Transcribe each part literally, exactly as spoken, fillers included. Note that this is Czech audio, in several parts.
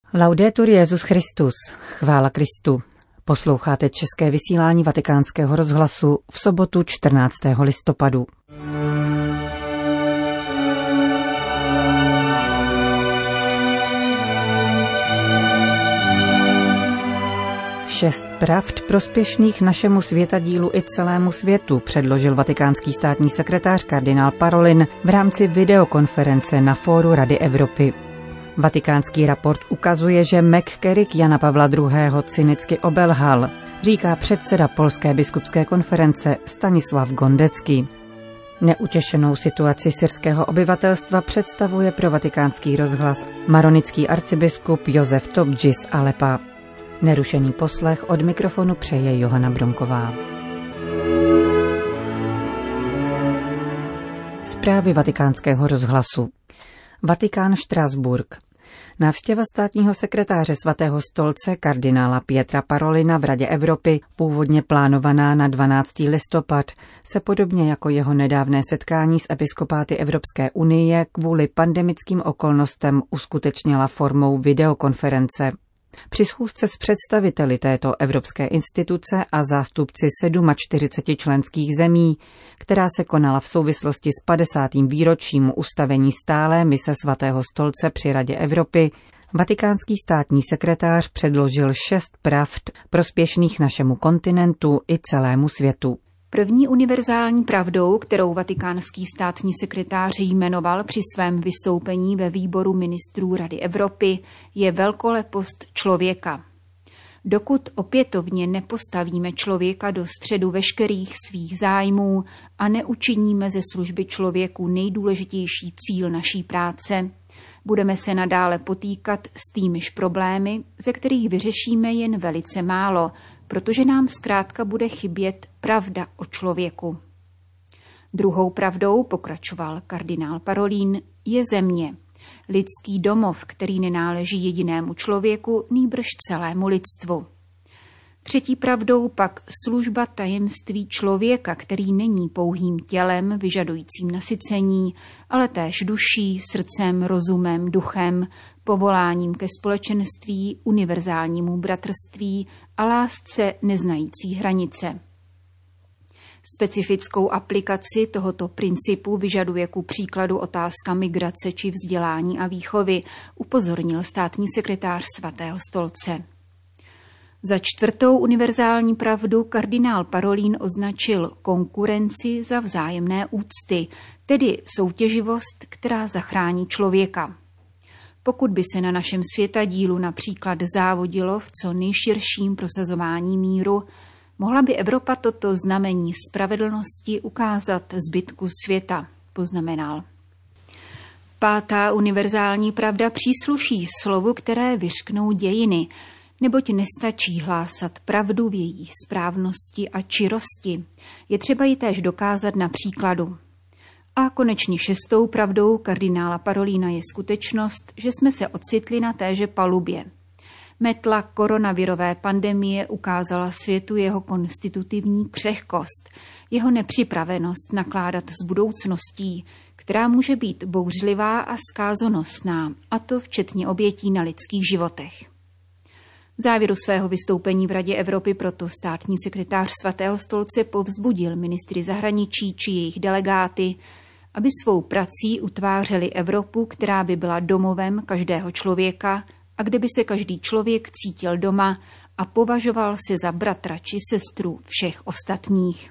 Laudetur Jesus Christus, chvála Kristu. Posloucháte české vysílání Vatikánského rozhlasu v sobotu čtrnáctého listopadu. Šest pravd prospěšných našemu světadílu i celému světu předložil vatikánský státní sekretář kardinál Parolin v rámci videokonference na fóru Rady Evropy. Vatikánský raport ukazuje, že McCarrick Jana Pavla druhého. cynicky obelhal, říká předseda Polské biskupské konference Stanislav Gondecký. Neutěšenou situaci syrského obyvatelstva představuje pro vatikánský rozhlas maronický arcibiskup Josef Tobji z Alepa. Nerušený poslech od mikrofonu přeje Johana Bronková. Zprávy vatikánského rozhlasu. Vatikán Štrasburg. Návštěva státního sekretáře Svatého stolce kardinála Pietra Parolina v Radě Evropy, původně plánovaná na dvanáctého listopad, se podobně jako jeho nedávné setkání s episkopáty Evropské unie kvůli pandemickým okolnostem uskutečnila formou videokonference. Při schůzce s představiteli této evropské instituce a zástupci čtyřiceti sedmi členských zemí, která se konala v souvislosti s padesátým výročím ustavení stálé mise Svatého stolce při Radě Evropy, vatikánský státní sekretář předložil šest pravd prospěšných našemu kontinentu i celému světu. První univerzální pravdou, kterou vatikánský státní sekretář jmenoval při svém vystoupení ve výboru ministrů Rady Evropy, je velkolepost člověka. Dokud opětovně nepostavíme člověka do středu veškerých svých zájmů a neučiníme ze služby člověku nejdůležitější cíl naší práce, budeme se nadále potýkat s týmiž problémy, ze kterých vyřešíme jen velice málo, protože nám zkrátka bude chybět pravda o člověku. Druhou pravdou, pokračoval kardinál Parolin, je země. Lidský domov, který nenáleží jedinému člověku, nýbrž celému lidstvu. Třetí pravdou pak služba tajemství člověka, který není pouhým tělem vyžadujícím nasycení, ale též duší, srdcem, rozumem, duchem, povoláním ke společenství, univerzálnímu bratrství a lásce neznající hranice. Specifickou aplikaci tohoto principu vyžaduje ku příkladu otázka migrace či vzdělání a výchovy, upozornil státní sekretář Svatého stolce. Za čtvrtou univerzální pravdu kardinál Parolin označil konkurenci za vzájemné úcty, tedy soutěživost, která zachrání člověka. Pokud by se na našem světadílu například závodilo v co nejširším prosazování míru, mohla by Evropa toto znamení spravedlnosti ukázat zbytku světa, poznamenal. Pátá univerzální pravda přísluší slovu, které vyřknou dějiny, neboť nestačí hlásat pravdu v její správnosti a čirosti. Je třeba ji též dokázat na příkladu. A konečně šestou pravdou kardinála Parolina je skutečnost, že jsme se ocitli na téže palubě. Metla koronavirové pandemie ukázala světu jeho konstitutivní křehkost, jeho nepřipravenost nakládat s budoucností, která může být bouřlivá a zkázonosná, a to včetně obětí na lidských životech. V závěru svého vystoupení v Radě Evropy proto státní sekretář Svatého stolce povzbudil ministry zahraničí či jejich delegáty, aby svou prací utvářeli Evropu, která by byla domovem každého člověka a kde by se každý člověk cítil doma a považoval se za bratra či sestru všech ostatních.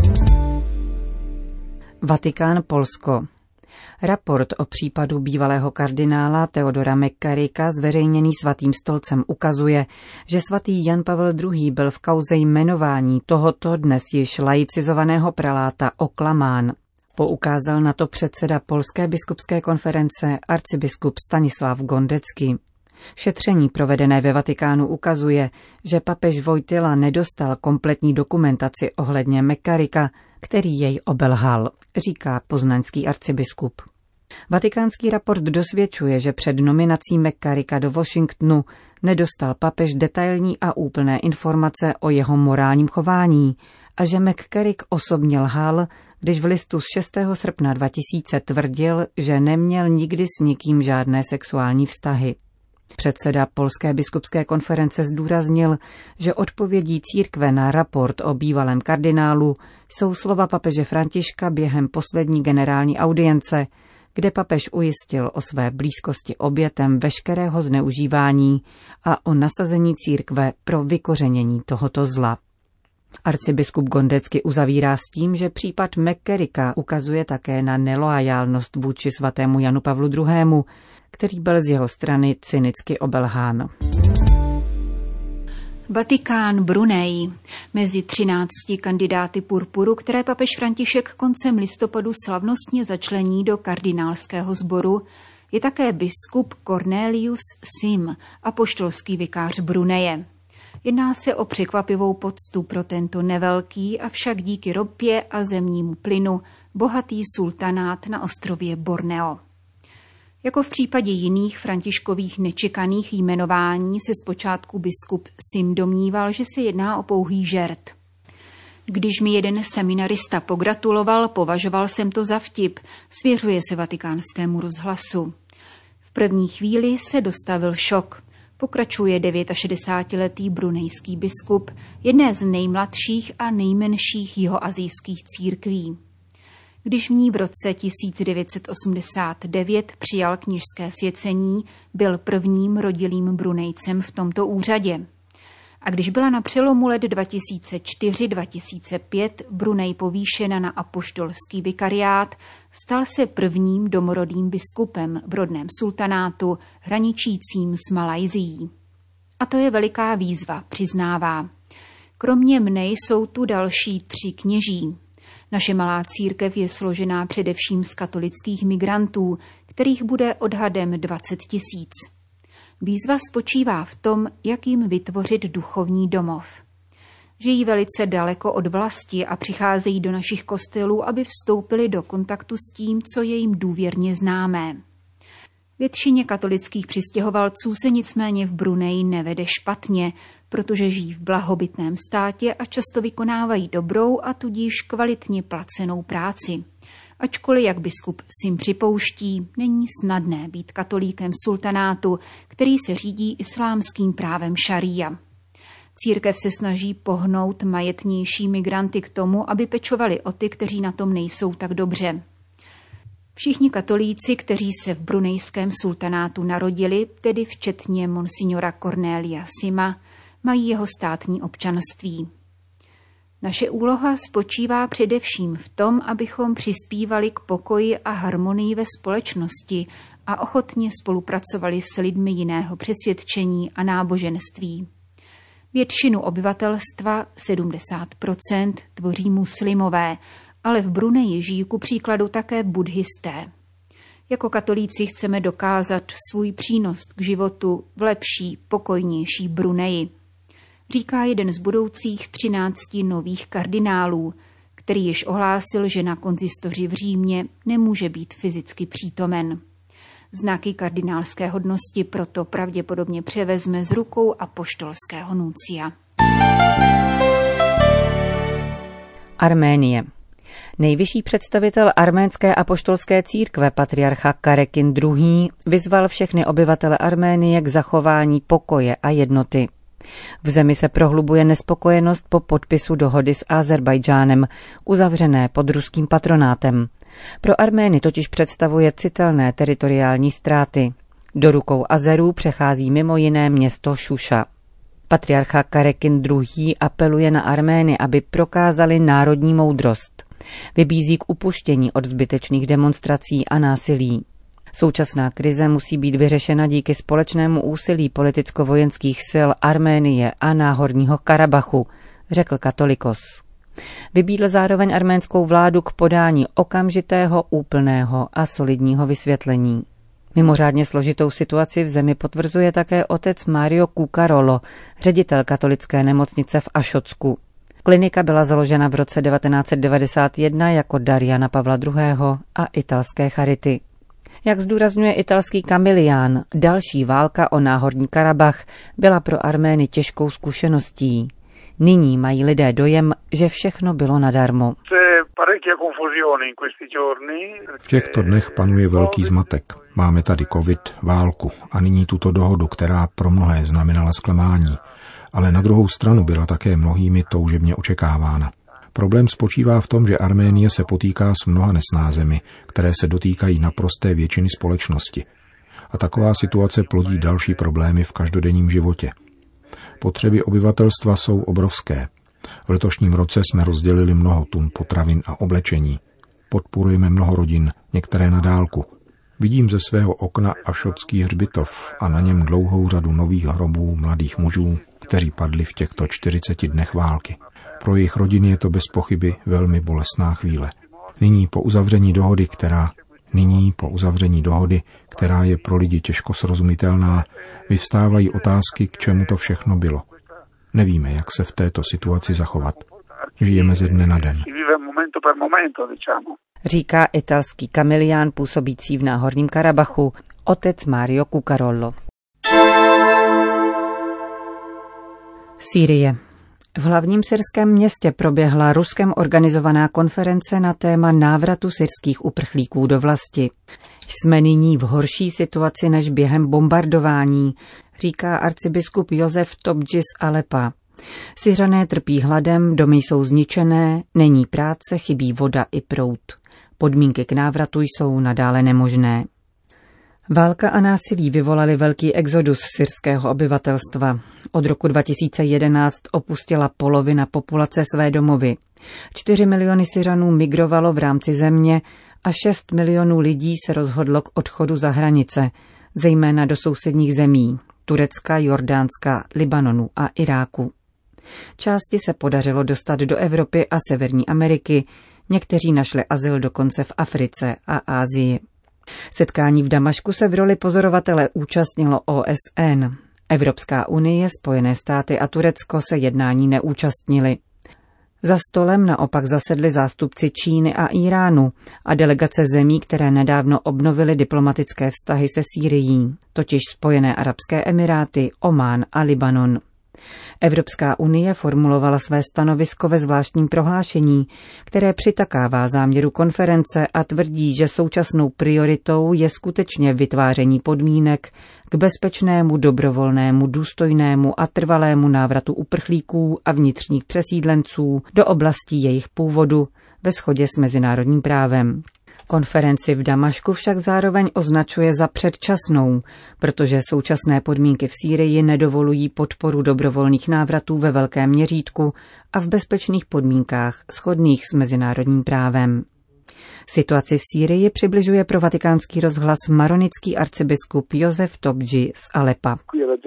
Vatikán, Polsko. Raport o případu bývalého kardinála Theodora McCarricka zveřejněný Svatým stolcem ukazuje, že svatý Jan Pavel druhý. Byl v kauze jmenování tohoto dnes již laicizovaného preláta oklamán. Poukázal na to předseda Polské biskupské konference arcibiskup Stanislav Gondecký. Šetření provedené ve Vatikánu ukazuje, že papež Wojtyla nedostal kompletní dokumentaci ohledně McCarricka, který jej obelhal, říká poznaňský arcibiskup. Vatikánský raport dosvědčuje, že před nominací McCarricka do Washingtonu nedostal papež detailní a úplné informace o jeho morálním chování a že McCarrick osobně lhal, když v listu z šestého srpna dva tisíce tvrdil, že neměl nikdy s nikým žádné sexuální vztahy. Předseda Polské biskupské konference zdůraznil, že odpovědí církve na raport o bývalém kardinálu jsou slova papeže Františka během poslední generální audience, kde papež ujistil o své blízkosti obětem veškerého zneužívání a o nasazení církve pro vykořenění tohoto zla. Arcibiskup Gondecky uzavírá s tím, že případ McCarricka ukazuje také na neloajálnost vůči svatému Janu Pavlu druhému, který byl z jeho strany cynicky obelhán. Vatikán, Brunei. Mezi třinácti kandidáty purpuru, které papež František koncem listopadu slavnostně začlení do kardinálského sboru, je také biskup Cornelius Sim, apoštolský vikář Bruneje. Jedná se o překvapivou poctu pro tento nevelký, avšak díky ropě a zemnímu plynu bohatý sultanát na ostrově Borneo. Jako v případě jiných Františkových nečekaných jmenování se zpočátku biskup Sim domníval, že se jedná o pouhý žert. Když mi jeden seminarista pogratuloval, považoval jsem to za vtip, svěřuje se Vatikánskému rozhlasu. V první chvíli se dostavil šok. Pokračuje šedesátidevítiletý brunejský biskup, jedné z nejmladších a nejmenších jihoasijských církví. Když v ní v roce tisíc devět set osmdesát devět přijal kněžské svěcení, byl prvním rodilým Brunejcem v tomto úřadě. A když byla na přelomu let dva tisíce čtyři dva tisíce pět Brunej povýšena na apoštolský vikariát, stal se prvním domorodým biskupem v rodném sultanátu hraničícím s Malajsií. A to je veliká výzva, přiznává. Kromě mne jsou tu další tři kněží. Naše malá církev je složená především z katolických migrantů, kterých bude odhadem dvacet tisíc. Výzva spočívá v tom, jak jim vytvořit duchovní domov. Žijí velice daleko od vlasti a přicházejí do našich kostelů, aby vstoupili do kontaktu s tím, co je jim důvěrně známé. Většině katolických přistěhovalců se nicméně v Bruneji nevede špatně, protože žijí v blahobytném státě a často vykonávají dobrou a tudíž kvalitně placenou práci. Ačkoliv, jak biskup Sim připouští, není snadné být katolíkem sultanátu, který se řídí islámským právem šaría. Církev se snaží pohnout majetnější migranty k tomu, aby pečovali o ty, kteří na tom nejsou tak dobře. Všichni katolíci, kteří se v brunejském sultanátu narodili, tedy včetně monsignora Cornelia Sima, mají jeho státní občanství. Naše úloha spočívá především v tom, abychom přispívali k pokoji a harmonii ve společnosti a ochotně spolupracovali s lidmi jiného přesvědčení a náboženství. Většinu obyvatelstva, sedmdesát procent, tvoří muslimové, ale v Bruneji žijí ku příkladu také buddhisté. Jako katolíci chceme dokázat svůj přínos k životu v lepší, pokojnější Bruneji, říká jeden z budoucích třinácti nových kardinálů, který již ohlásil, že na konzistoři v Římě nemůže být fyzicky přítomen. Znaky kardinálské hodnosti proto pravděpodobně převezme z rukou apoštolského nuncia. Arménie. Nejvyšší představitel arménské apoštolské církve patriarcha Karekin druhý. vyzval všechny obyvatele Arménie k zachování pokoje a jednoty. V zemi se prohlubuje nespokojenost po podpisu dohody s Azerbajdžánem, uzavřené pod ruským patronátem. Pro Armény totiž představuje citelné teritoriální ztráty. Do rukou Azerů přechází mimo jiné město Šuša. Patriarcha Karekin druhý. apeluje na Armény, aby prokázali národní moudrost. Vybízí k upuštění od zbytečných demonstrací a násilí. Současná krize musí být vyřešena díky společnému úsilí politicko-vojenských sil Arménie a Náhorního Karabachu, řekl Katolikos. Vybídl zároveň arménskou vládu k podání okamžitého, úplného a solidního vysvětlení. Mimořádně složitou situaci v zemi potvrzuje také otec Mario Cucarolo, ředitel katolické nemocnice v Ašocku. Klinika byla založena v roce devatenáct set devadesát jedna jako dar Jana Pavla druhého. a italské charity. Jak zdůrazňuje italský Kamilián, další válka o Náhorní Karabach byla pro Armény těžkou zkušeností. Nyní mají lidé dojem, že všechno bylo nadarmo. V těchto dnech panuje velký zmatek. Máme tady covid, válku a nyní tuto dohodu, která pro mnohé znamenala zklamání, ale na druhou stranu byla také mnohými toužebně očekávána. Problém spočívá v tom, že Arménie se potýká s mnoha nesnázemi, které se dotýkají naprosté většiny společnosti. A taková situace plodí další problémy v každodenním životě. Potřeby obyvatelstva jsou obrovské. V letošním roce jsme rozdělili mnoho tun potravin a oblečení. Podporujeme mnoho rodin, některé na dálku. Vidím ze svého okna Ašotský hřbitov a na něm dlouhou řadu nových hrobů mladých mužů, kteří padli v těchto čtyřiceti dnech války. Pro jejich rodiny je to bez pochyby velmi bolestná chvíle. Nyní po uzavření dohody, která Nyní po uzavření dohody, která je pro lidi těžko srozumitelná, vyvstávají otázky, k čemu to všechno bylo. Nevíme, jak se v této situaci zachovat. Žijeme ze dne na den. Říká italský kamilián působící v Náhorním Karabachu, otec Mario Cucarollo. Sýrie. V hlavním syrském městě proběhla Ruskem organizovaná konference na téma návratu syrských uprchlíků do vlasti. Jsme nyní v horší situaci než během bombardování, říká arcibiskup Josef Tobji z Alepa. Syřané trpí hladem, domy jsou zničené, není práce, chybí voda i proud. Podmínky k návratu jsou nadále nemožné. Válka a násilí vyvolaly velký exodus syrského obyvatelstva. Od roku dva tisíce jedenáct opustila polovina populace své domovy. Čtyři miliony Syřanů migrovalo v rámci země a šest milionů lidí se rozhodlo k odchodu za hranice, zejména do sousedních zemí Turecka, Jordánska, Libanonu a Iráku. Části se podařilo dostat do Evropy a Severní Ameriky, někteří našli azyl dokonce v Africe a Asii. Setkání v Damašku se v roli pozorovatele účastnilo O S N. Evropská unie, Spojené státy a Turecko se jednání neúčastnili. Za stolem naopak zasedli zástupci Číny a Iránu a delegace zemí, které nedávno obnovily diplomatické vztahy se Sýrií, totiž Spojené arabské emiráty, Omán a Libanon. Evropská unie formulovala své stanovisko ve zvláštním prohlášení, které přitakává záměru konference a tvrdí, že současnou prioritou je skutečně vytváření podmínek k bezpečnému, dobrovolnému, důstojnému a trvalému návratu uprchlíků a vnitřních přesídlenců do oblastí jejich původu ve shodě s mezinárodním právem. Konferenci v Damašku však zároveň označuje za předčasnou, protože současné podmínky v Sýrii nedovolují podporu dobrovolných návratů ve velkém měřítku a v bezpečných podmínkách shodných s mezinárodním právem. Situaci v Sýrii přibližuje pro Vatikánský rozhlas maronický arcibiskup Josef Tobji z Alepa.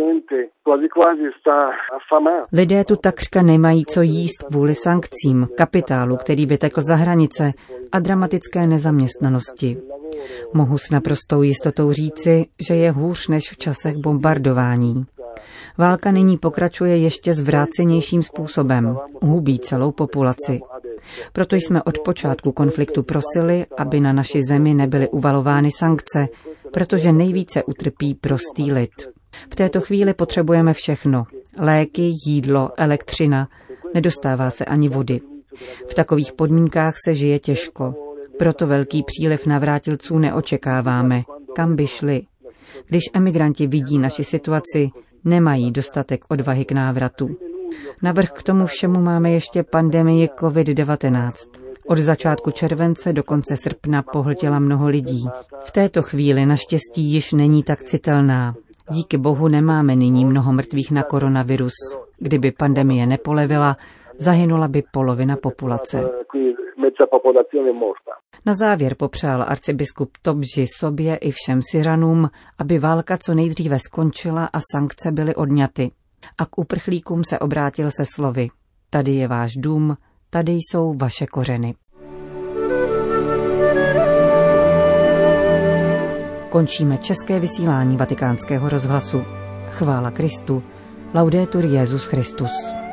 Lidé tu takřka nemají co jíst kvůli sankcím, kapitálu, který vytekl za hranice a dramatické nezaměstnanosti. Mohu s naprostou jistotou říci, že je hůř než v časech bombardování. Válka nyní pokračuje ještě zvrácenějším způsobem, hubí celou populaci. Proto jsme od počátku konfliktu prosili, aby na naši zemi nebyly uvalovány sankce, protože nejvíce utrpí prostý lid. V této chvíli potřebujeme všechno. Léky, jídlo, elektřina. Nedostává se ani vody. V takových podmínkách se žije těžko. Proto velký příliv navrátilců neočekáváme. Kam by šli? Když emigranti vidí naši situaci, nemají dostatek odvahy k návratu. Navrch k tomu všemu máme ještě pandemii covid devatenáct. Od začátku července do konce srpna pohltila mnoho lidí. V této chvíli naštěstí již není tak citelná. Díky bohu nemáme nyní mnoho mrtvých na koronavirus. Kdyby pandemie nepolevila, zahynula by polovina populace. Na závěr popřál arcibiskup Tobji sobě i všem Syřanům, aby válka co nejdříve skončila a sankce byly odňaty. A k uprchlíkům se obrátil se slovy: tady je váš dům, tady jsou vaše kořeny. Končíme české vysílání Vatikánského rozhlasu. Chvála Kristu. Laudetur Jesus Christus.